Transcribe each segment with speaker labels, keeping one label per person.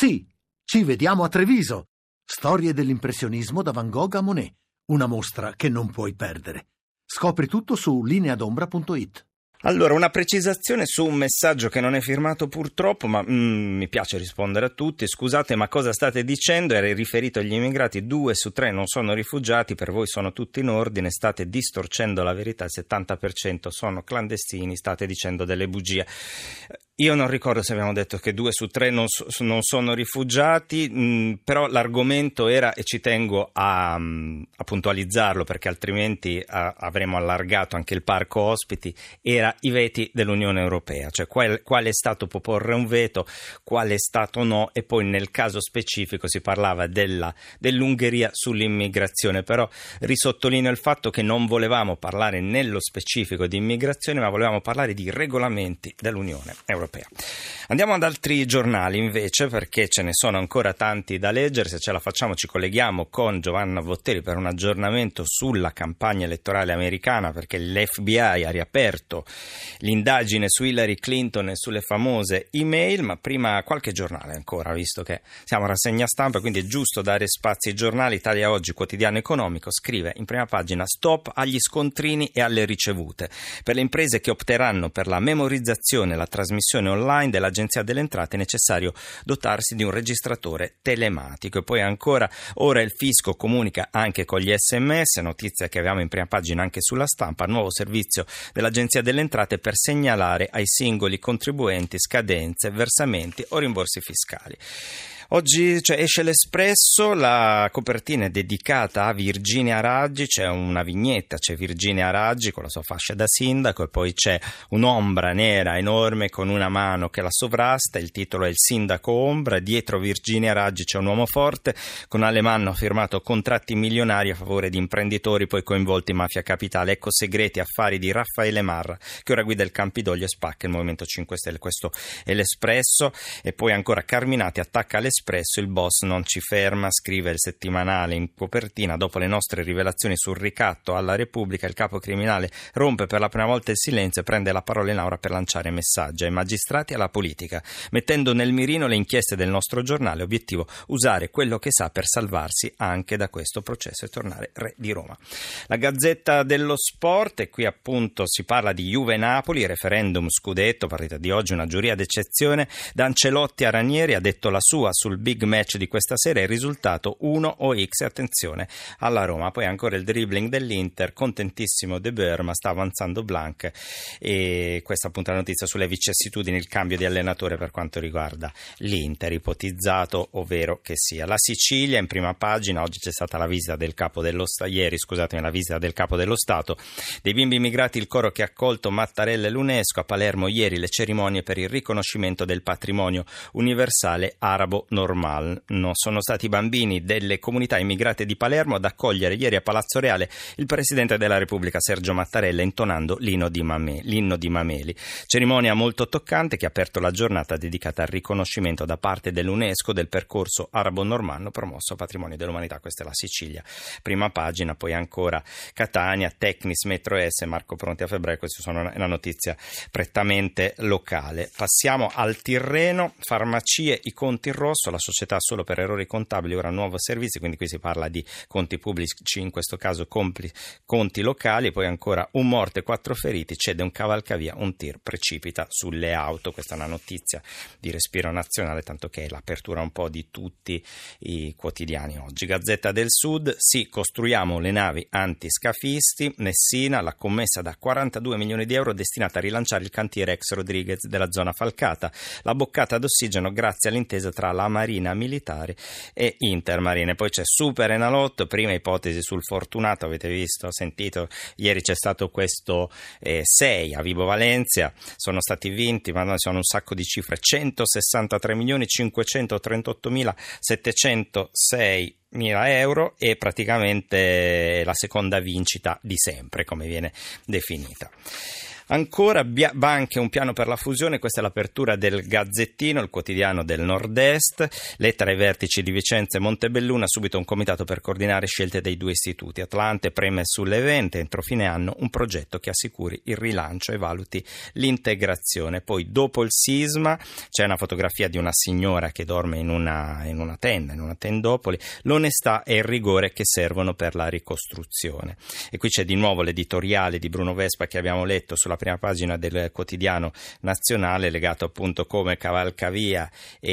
Speaker 1: Sì, ci vediamo a Treviso. Storie dell'impressionismo da Van Gogh a Monet. Una mostra che non puoi perdere. Scopri tutto su lineadombra.it.
Speaker 2: Allora, una precisazione su un messaggio che non è firmato purtroppo, ma mi piace rispondere a tutti. Scusate, ma cosa state dicendo? Era riferito agli immigrati, 2 su 3 non sono rifugiati, per voi sono tutti in ordine, state distorcendo la verità, il 70% sono clandestini, state dicendo delle bugie. Io non ricordo se abbiamo detto che 2 su 3 non sono rifugiati, però l'argomento era, e ci tengo a puntualizzarlo perché altrimenti avremmo allargato anche il parco ospiti, era i veti dell'Unione Europea, cioè quale Stato può porre un veto, quale Stato no, e poi nel caso specifico si parlava dell'Ungheria sull'immigrazione, però risottolineo il fatto che non volevamo parlare nello specifico di immigrazione, ma volevamo parlare di regolamenti dell'Unione Europea. Andiamo ad altri giornali invece, perché ce ne sono ancora tanti da leggere. Se ce la facciamo ci colleghiamo con Giovanna Botteri per un aggiornamento sulla campagna elettorale americana, perché l'FBI ha riaperto l'indagine su Hillary Clinton e sulle famose email, ma prima qualche giornale ancora, visto che siamo a rassegna stampa, quindi è giusto dare spazio ai giornali. Italia Oggi, quotidiano economico, scrive in prima pagina: stop agli scontrini e alle ricevute. Per le imprese che opteranno per la memorizzazione e la trasmissione online dell'Agenzia delle Entrate è necessario dotarsi di un registratore telematico. E poi ancora, ora il fisco comunica anche con gli SMS, notizia che avevamo in prima pagina anche sulla Stampa, nuovo servizio dell'Agenzia delle Entrate per segnalare ai singoli contribuenti scadenze, versamenti o rimborsi fiscali. Oggi esce l'Espresso, la copertina è dedicata a Virginia Raggi, c'è una vignetta, c'è Virginia Raggi con la sua fascia da sindaco e poi c'è un'ombra nera enorme con una mano che la sovrasta, il titolo è Il sindaco ombra, dietro Virginia Raggi c'è un uomo forte, con Alemanno ha firmato contratti milionari a favore di imprenditori poi coinvolti in mafia capitale, ecco segreti affari di Raffaele Marra che ora guida il Campidoglio e spacca il Movimento 5 Stelle, questo è l'Espresso. E poi ancora Carminati attacca l'Espresso, il boss non ci ferma, scrive il settimanale in copertina: dopo le nostre rivelazioni sul ricatto alla Repubblica, il capo criminale rompe per la prima volta il silenzio e prende la parola in aula per lanciare messaggi ai magistrati e alla politica, mettendo nel mirino le inchieste del nostro giornale, obiettivo usare quello che sa per salvarsi anche da questo processo e tornare re di Roma. La Gazzetta dello Sport, e qui appunto si parla di Juve-Napoli, referendum scudetto, partita di oggi, una giuria d'eccezione, da Ancelotti a Ranieri ha detto la sua sul big match di questa sera, il risultato 1-X, attenzione alla Roma. Poi ancora il dribbling dell'Inter, contentissimo De Boer, ma sta avanzando Blanc, e questa appunto è la notizia sulle vicissitudini, il cambio di allenatore per quanto riguarda l'Inter, ipotizzato ovvero che sia. La Sicilia in prima pagina, oggi c'è stata la visita del capo dello Stato, la visita del capo dello Stato, dei bimbi immigrati il coro che ha accolto Mattarella e l'UNESCO, a Palermo ieri le cerimonie per il riconoscimento del patrimonio universale arabo normale. Sono stati i bambini delle comunità immigrate di Palermo ad accogliere ieri a Palazzo Reale il Presidente della Repubblica Sergio Mattarella intonando l'inno di Mameli. Cerimonia molto toccante che ha aperto la giornata dedicata al riconoscimento da parte dell'UNESCO del percorso arabo-normanno promosso patrimonio dell'umanità. Questa è la Sicilia, prima pagina. Poi ancora Catania, Tecnis, Metro S, Marco Pronti a febbraio, questa sono una notizia prettamente locale. Passiamo al Tirreno, farmacie, i conti in rosso, la società solo per errori contabili ora nuovo servizi, quindi qui si parla di conti pubblici, in questo caso conti locali. Poi ancora un morto e 4 feriti, cede un cavalcavia, un tir precipita sulle auto. Questa è una notizia di respiro nazionale, tanto che è l'apertura un po' di tutti i quotidiani oggi. Gazzetta del Sud, sì, costruiamo le navi antiscafisti, Messina, la commessa da 42 milioni di euro destinata a rilanciare il cantiere ex Rodriguez della zona falcata, la boccata d'ossigeno grazie all'intesa tra la Marina Militare e Intermarine. Poi c'è Super Enalotto, prima ipotesi sul Fortunato, avete visto, sentito, ieri c'è stato questo 6 a Vibo Valencia, sono stati vinti, ma sono un sacco di cifre, 163 milioni 538 mila 706 euro, e praticamente la seconda vincita di sempre, come viene definita. Ancora banche, un piano per la fusione, questa è l'apertura del Gazzettino, il quotidiano del Nord-Est. Lettera ai vertici di Vicenza e Montebelluna, subito un comitato per coordinare scelte dei due istituti. Atlante preme sull'evento, entro fine anno un progetto che assicuri il rilancio e valuti l'integrazione. Poi dopo il sisma c'è una fotografia di una signora che dorme in una tenda, in una tendopoli, l'onestà e il rigore che servono per la ricostruzione. E qui c'è di nuovo l'editoriale di Bruno Vespa che abbiamo letto sulla prima pagina del quotidiano nazionale, legato appunto come cavalcavia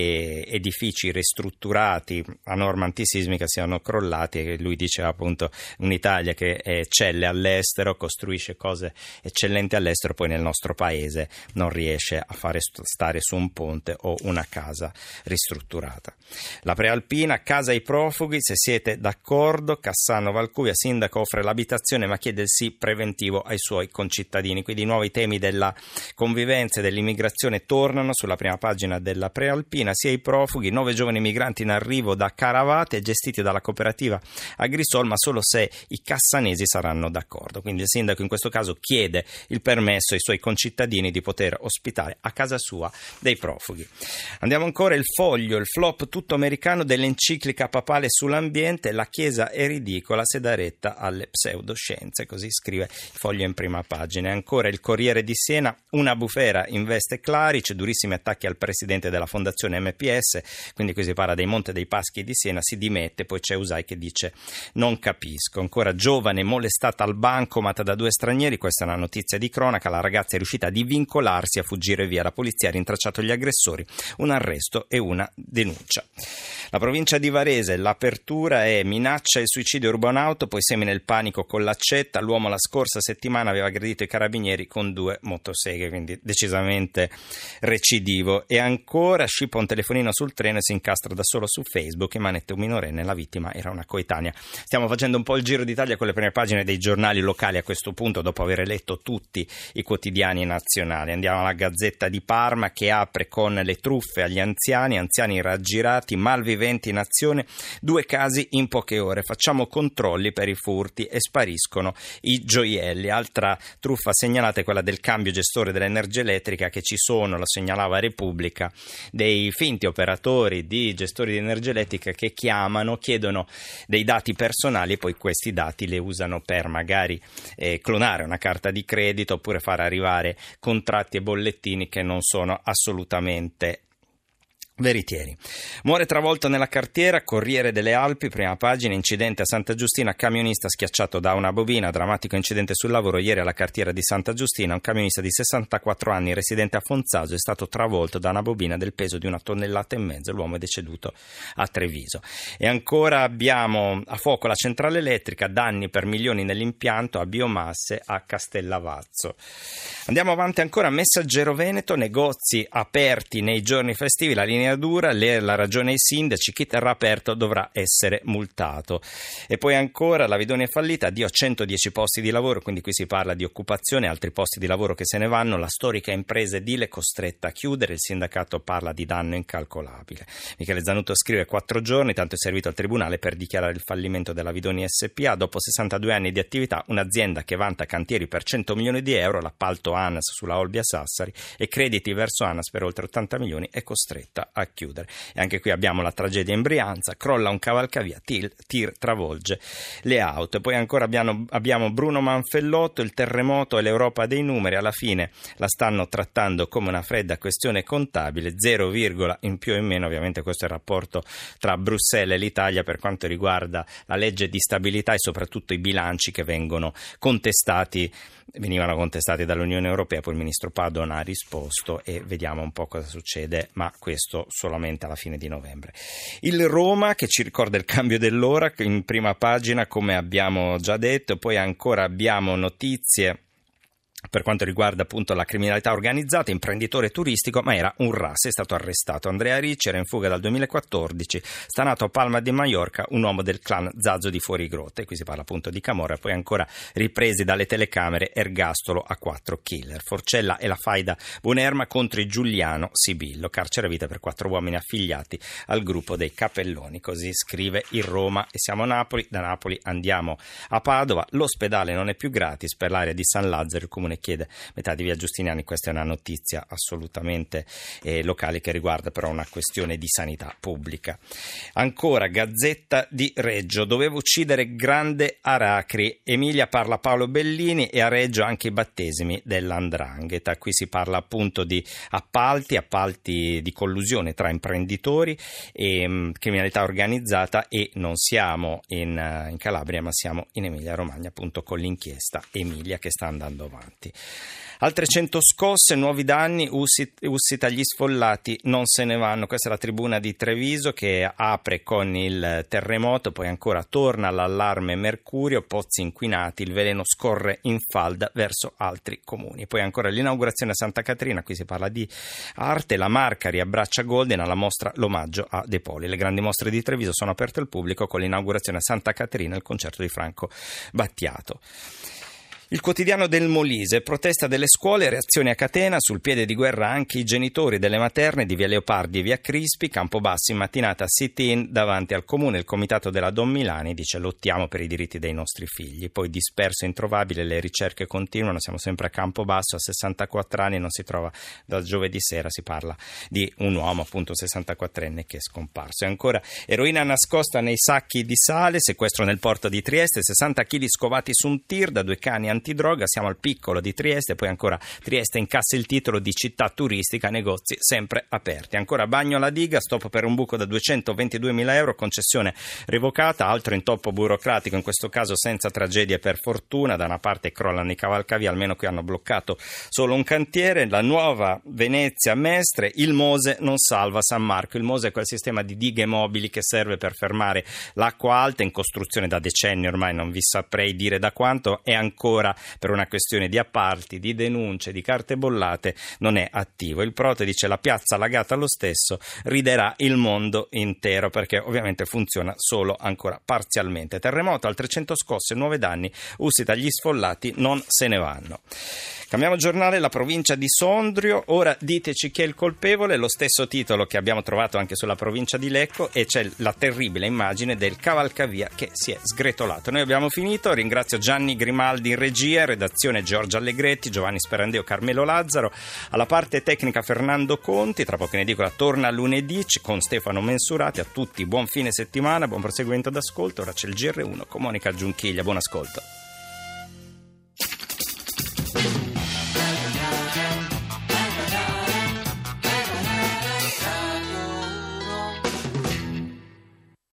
Speaker 2: e edifici ristrutturati a norma antisismica siano crollati, e lui diceva appunto un'Italia che eccelle all'estero, costruisce cose eccellenti all'estero, poi nel nostro paese non riesce a fare stare su un ponte o una casa ristrutturata. La Prealpina, casa ai profughi, se siete d'accordo. Cassano Valcuvia, sindaco offre l'abitazione ma chiede il sì preventivo ai suoi concittadini. Quindi i nuovi temi della convivenza e dell'immigrazione tornano sulla prima pagina della Prealpina, sia i profughi, 9 giovani migranti in arrivo da Caravate gestiti dalla cooperativa Agrisol, ma solo se i cassanesi saranno d'accordo. Quindi il sindaco in questo caso chiede il permesso ai suoi concittadini di poter ospitare a casa sua dei profughi. Andiamo ancora, il Foglio, il flop tutto americano dell'enciclica papale sull'ambiente, la Chiesa è ridicola se dà retta alle pseudoscienze, così scrive il Foglio in prima pagina. E ancora il Corriere di Siena, una bufera investe Clarice, durissimi attacchi al presidente della fondazione MPS, quindi qui si parla dei Monte dei Paschi di Siena, si dimette, poi c'è Usai che dice non capisco. Ancora, giovane molestata al bancomat da 2 stranieri, questa è una notizia di cronaca, la ragazza è riuscita a divincolarsi, a fuggire via, la polizia ha rintracciato gli aggressori, un arresto e una denuncia. La provincia di Varese, l'apertura è minaccia e suicidio urbanauto, poi semina il panico con l'accetta, l'uomo la scorsa settimana aveva aggredito i carabinieri con 2 motoseghe, quindi decisamente recidivo. E ancora, scippa un telefonino sul treno e si incastra da solo su Facebook e manette un minorenne, la vittima era una coetanea. Stiamo facendo un po' il giro d'Italia con le prime pagine dei giornali locali a questo punto, dopo aver letto tutti i quotidiani nazionali. Andiamo alla Gazzetta di Parma che apre con le truffe agli anziani raggirati, malviventi in azione, 2 casi in poche ore, facciamo controlli per i furti e spariscono i gioielli. Altra truffa segnalata è quella del cambio gestore dell'energia elettrica, che ci sono, lo segnalava Repubblica, dei finti operatori di gestori di energia elettrica che chiedono dei dati personali e poi questi dati le usano per magari clonare una carta di credito oppure far arrivare contratti e bollettini che non sono assolutamente veritieri. Muore travolto nella cartiera, Corriere delle Alpi, prima pagina, incidente a Santa Giustina, camionista schiacciato da una bobina, drammatico incidente sul lavoro ieri alla cartiera di Santa Giustina, un camionista di 64 anni residente a Fonzaso è stato travolto da una bobina del peso di 1,5 tonnellate, l'uomo è deceduto a Treviso. E ancora abbiamo a fuoco la centrale elettrica, danni per milioni nell'impianto a biomasse a Castellavazzo. Andiamo avanti ancora, Messaggero Veneto, negozi aperti nei giorni festivi, la linea dura, la ragione ai sindaci, chi terrà aperto dovrà essere multato. E poi ancora, la Vidonia è fallita, addio a 110 posti di lavoro, quindi qui si parla di occupazione, altri posti di lavoro che se ne vanno, la storica impresa edile costretta a chiudere, il sindacato parla di danno incalcolabile. Michele Zanutto scrive 4 giorni, tanto è servito al tribunale per dichiarare il fallimento della Vidonia SPA, dopo 62 anni di attività, un'azienda che vanta cantieri per 100 milioni di euro, l'appalto ANAS sulla Olbia Sassari e crediti verso ANAS per oltre 80 milioni, è costretta a chiudere. E anche qui abbiamo la tragedia in Brianza, crolla un cavalcavia, tir travolge le auto. E poi ancora abbiamo Bruno Manfellotto, il terremoto e l'Europa dei numeri, alla fine la stanno trattando come una fredda questione contabile, 0, in più e in meno, ovviamente questo è il rapporto tra Bruxelles e l'Italia per quanto riguarda la legge di stabilità e soprattutto i bilanci che venivano contestati dall'Unione Europea, poi il ministro Padoan ha risposto e vediamo un po' cosa succede, ma questo solamente alla fine di novembre. Il Roma che ci ricorda il cambio dell'ora in prima pagina, come abbiamo già detto, poi ancora abbiamo notizie per quanto riguarda appunto la criminalità organizzata, imprenditore turistico, ma era un RAS, è stato arrestato. Andrea Ricci era in fuga dal 2014, stanato a Palma di Mallorca, un uomo del clan Zazzo di Fuorigrotte, qui si parla appunto di Camorra, poi ancora ripresi dalle telecamere, ergastolo a 4 killer. Forcella e la faida Bonerma contro il Giuliano Sibillo, carcere a vita per 4 uomini affiliati al gruppo dei Capelloni, così scrive il Roma. E siamo a Napoli, da Napoli andiamo a Padova, l'ospedale non è più gratis per l'area di San Lazzaro, il comune ne chiede metà di via Giustiniani. Questa è una notizia assolutamente locale che riguarda però una questione di sanità pubblica. Ancora Gazzetta di Reggio, doveva uccidere grande Aracri, Emilia parla a Paolo Bellini e a Reggio anche i battesimi dell''ndrangheta. Qui si parla appunto di appalti di collusione tra imprenditori e criminalità organizzata, e non siamo in Calabria ma siamo in Emilia Romagna, appunto con l'inchiesta Emilia che sta andando avanti. Altre 100 scosse, nuovi danni, Ussita gli sfollati non se ne vanno. Questa è la Tribuna di Treviso che apre con il terremoto, poi ancora torna l'allarme mercurio, pozzi inquinati, il veleno scorre in falda verso altri comuni. Poi ancora l'inaugurazione a Santa Caterina, qui si parla di arte, la Marca riabbraccia Golden alla mostra L'omaggio a De Poli. Le grandi mostre di Treviso sono aperte al pubblico con l'inaugurazione a Santa Caterina e il concerto di Franco Battiato. Il quotidiano del Molise, protesta delle scuole, reazioni a catena, sul piede di guerra anche i genitori delle materne di via Leopardi e via Crispi, Campobasso in mattinata sit-in davanti al comune. Il comitato della Don Milani dice lottiamo per i diritti dei nostri figli. Poi disperso e introvabile, le ricerche continuano, siamo sempre a Campobasso, a 64 anni non si trova da giovedì sera, si parla di un uomo appunto 64enne che è scomparso. E ancora eroina nascosta nei sacchi di sale, sequestro nel porto di Trieste, 60 kg scovati su un tir da 2 cani antidroga, siamo al piccolo di Trieste. Poi ancora Trieste incassa il titolo di città turistica, negozi sempre aperti. Ancora bagno alla diga, stop per un buco da 222.000 euro, concessione revocata, altro intoppo burocratico, in questo caso senza tragedie per fortuna. Da una parte crollano i cavalcavia, almeno qui hanno bloccato solo un cantiere. La nuova Venezia Mestre, il Mose non salva San Marco. Il Mose è quel sistema di dighe mobili che serve per fermare l'acqua alta, in costruzione da decenni ormai, non vi saprei dire da quanto, è ancora per una questione di appalti, di denunce, di carte bollate, non è attivo. Il Prote dice la piazza allagata lo stesso, riderà il mondo intero, perché ovviamente funziona solo ancora parzialmente. Terremoto, altre 100 scosse, 9 danni, Ussita gli sfollati non se ne vanno. Cambiamo giornale, la provincia di Sondrio, ora diteci chi è il colpevole, lo stesso titolo che abbiamo trovato anche sulla provincia di Lecco, e c'è la terribile immagine del cavalcavia che si è sgretolato. Noi abbiamo finito, ringrazio Gianni Grimaldi in regia, redazione Giorgio Allegretti, Giovanni Sperandeo, Carmelo Lazzaro, alla parte tecnica Fernando Conti. Tra poco in edicola torna lunedì con Stefano Mensurati. A tutti buon fine settimana, buon proseguimento d'ascolto. Ora c'è il GR1 con Monica Giunchiglia, buon ascolto.